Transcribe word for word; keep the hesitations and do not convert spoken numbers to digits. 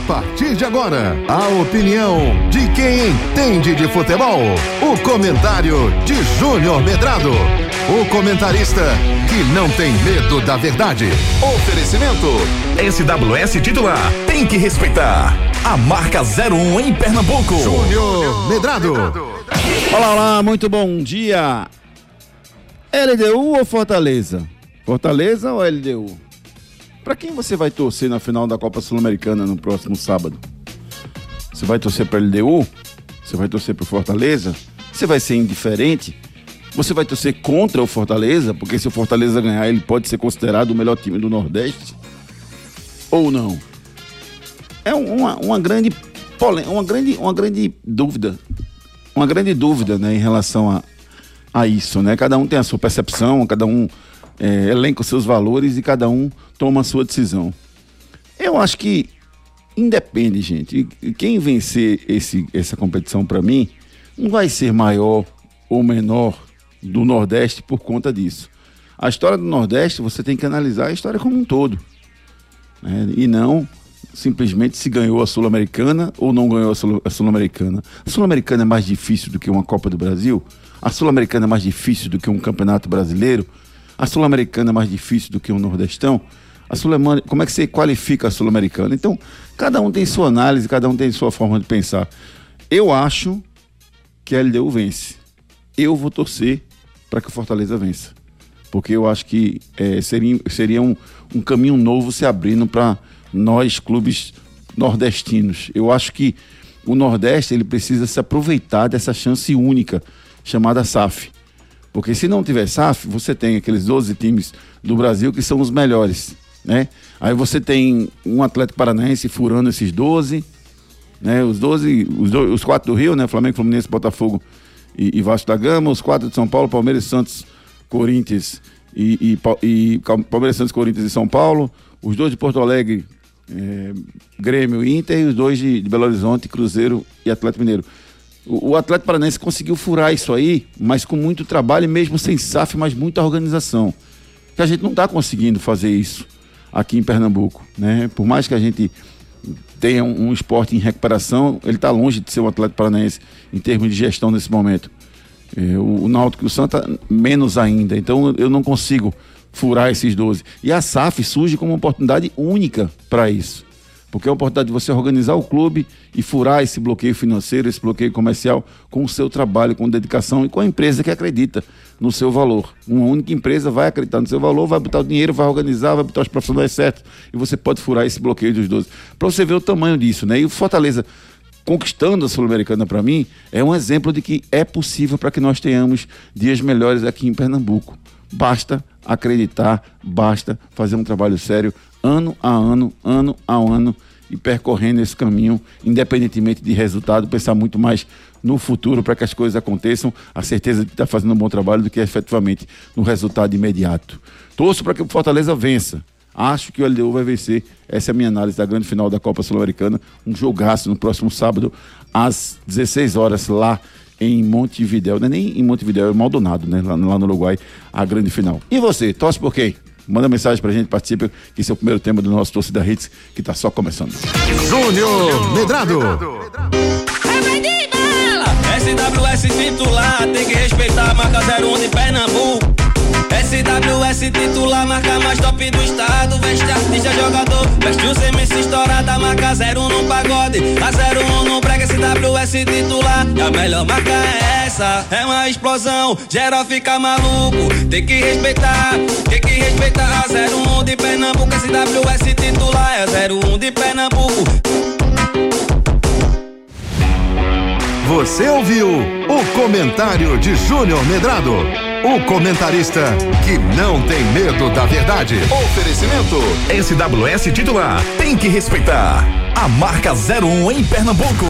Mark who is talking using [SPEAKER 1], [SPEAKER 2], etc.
[SPEAKER 1] partir de agora, a opinião de quem entende de futebol. O comentário de Júnior Medrado. O comentarista que não tem medo da verdade. Oferecimento
[SPEAKER 2] S W S titular, tem que respeitar. A marca zero um em Pernambuco.
[SPEAKER 1] Júnior Medrado.
[SPEAKER 3] Olá, olá, muito bom dia. L D U ou Fortaleza? Fortaleza ou L D U? Para quem você vai torcer na final da Copa Sul-Americana no próximo sábado? Você vai torcer para L D U? Você vai torcer para Fortaleza? Você vai ser indiferente? Você vai torcer contra o Fortaleza? Porque se o Fortaleza ganhar, ele pode ser considerado o melhor time do Nordeste? Ou não? É uma, uma, grande, uma, grande, uma grande dúvida. Uma grande dúvida, né, em relação a, a isso, né? Cada um tem a sua percepção, cada um é, elenca os seus valores e cada um toma a sua decisão. Eu acho que independe, gente. Quem vencer esse, essa competição, para mim, não vai ser maior ou menor do Nordeste por conta disso. A história do Nordeste, você tem que analisar a história como um todo, né? E não simplesmente se ganhou a Sul-Americana ou não ganhou a Sul- a Sul-Americana. A Sul-Americana é mais difícil do que uma Copa do Brasil? A Sul-Americana é mais difícil do que um Campeonato Brasileiro? A Sul-Americana é mais difícil do que um Nordestão? A Sul-Americana, como é que você qualifica a Sul-Americana? Então, cada um tem sua análise, cada um tem sua forma de pensar. Eu acho que a L D U vence. Eu vou torcer para que o Fortaleza vença. Porque eu acho que é, seria, seria um, um caminho novo se abrindo para nós, clubes nordestinos. Eu acho que o Nordeste ele precisa se aproveitar dessa chance única chamada S A F. Porque se não tiver S A F, você tem aqueles doze times do Brasil que são os melhores, né? Aí você tem um Atlético Paranaense furando esses doze, né? Os doze, os, do, os quatro do Rio, né? Flamengo, Fluminense, Botafogo e, e Vasco da Gama, os quatro de São Paulo, Palmeiras, Santos, Corinthians e, e, e Palmeiras, Santos, Corinthians e São Paulo, os dois de Porto Alegre, É, Grêmio e Inter, e os dois de, de Belo Horizonte, Cruzeiro e Atlético Mineiro. O, o Atlético Paranaense conseguiu furar isso aí, mas com muito trabalho, mesmo sem S A F, mas muita organização. Que a gente não está conseguindo fazer isso aqui em Pernambuco, né? Por mais que a gente tenha um, um esporte em recuperação, ele está longe de ser um Atlético Paranaense em termos de gestão nesse momento. É, o, o Náutico e o Santa menos ainda. Então eu não consigo furar esses doze. E a S A F surge como uma oportunidade única para isso. Porque é a oportunidade de você organizar o clube e furar esse bloqueio financeiro, esse bloqueio comercial com o seu trabalho, com dedicação e com a empresa que acredita no seu valor. Uma única empresa vai acreditar no seu valor, vai botar o dinheiro, vai organizar, vai botar os profissionais certos e você pode furar esse bloqueio dos doze. Para você ver o tamanho disso, né? E o Fortaleza conquistando a Sul-Americana, para mim, é um exemplo de que é possível para que nós tenhamos dias melhores aqui em Pernambuco. Basta acreditar, basta fazer um trabalho sério, ano a ano, ano a ano, e percorrendo esse caminho, independentemente de resultado, pensar muito mais no futuro para que as coisas aconteçam, a certeza de estar fazendo um bom trabalho do que efetivamente no resultado imediato. Torço para que o Fortaleza vença. Acho que o L D U vai vencer. Essa é a minha análise da grande final da Copa Sul-Americana. Um jogaço no próximo sábado, às dezesseis horas, lá em Montevidéu. Não é nem em Montevidéu, é Maldonado, né? Lá, lá no Uruguai, a grande final. E você, torce por quem? Manda mensagem pra gente, participe, que esse é o primeiro tema do nosso Torcida Hits, que tá só começando.
[SPEAKER 1] Júnior Medrado.
[SPEAKER 4] S W S titular, tem que respeitar a marca zero um de Pernambuco. S W S titular, marca mais top do estado. Veste artista, jogador, veste o semestre estourada. Marca zero um no pagode, a zero um no brega. S W S titular, e a melhor marca é essa. É uma explosão, geral fica maluco. Tem que respeitar, tem que respeitar a zero um de Pernambuco. S W S titular, é zero um de Pernambuco.
[SPEAKER 1] Você ouviu o comentário de Júnior Medrado, o comentarista que não tem medo da verdade. Oferecimento
[SPEAKER 2] S W S titular, tem que respeitar. A marca zero um em Pernambuco.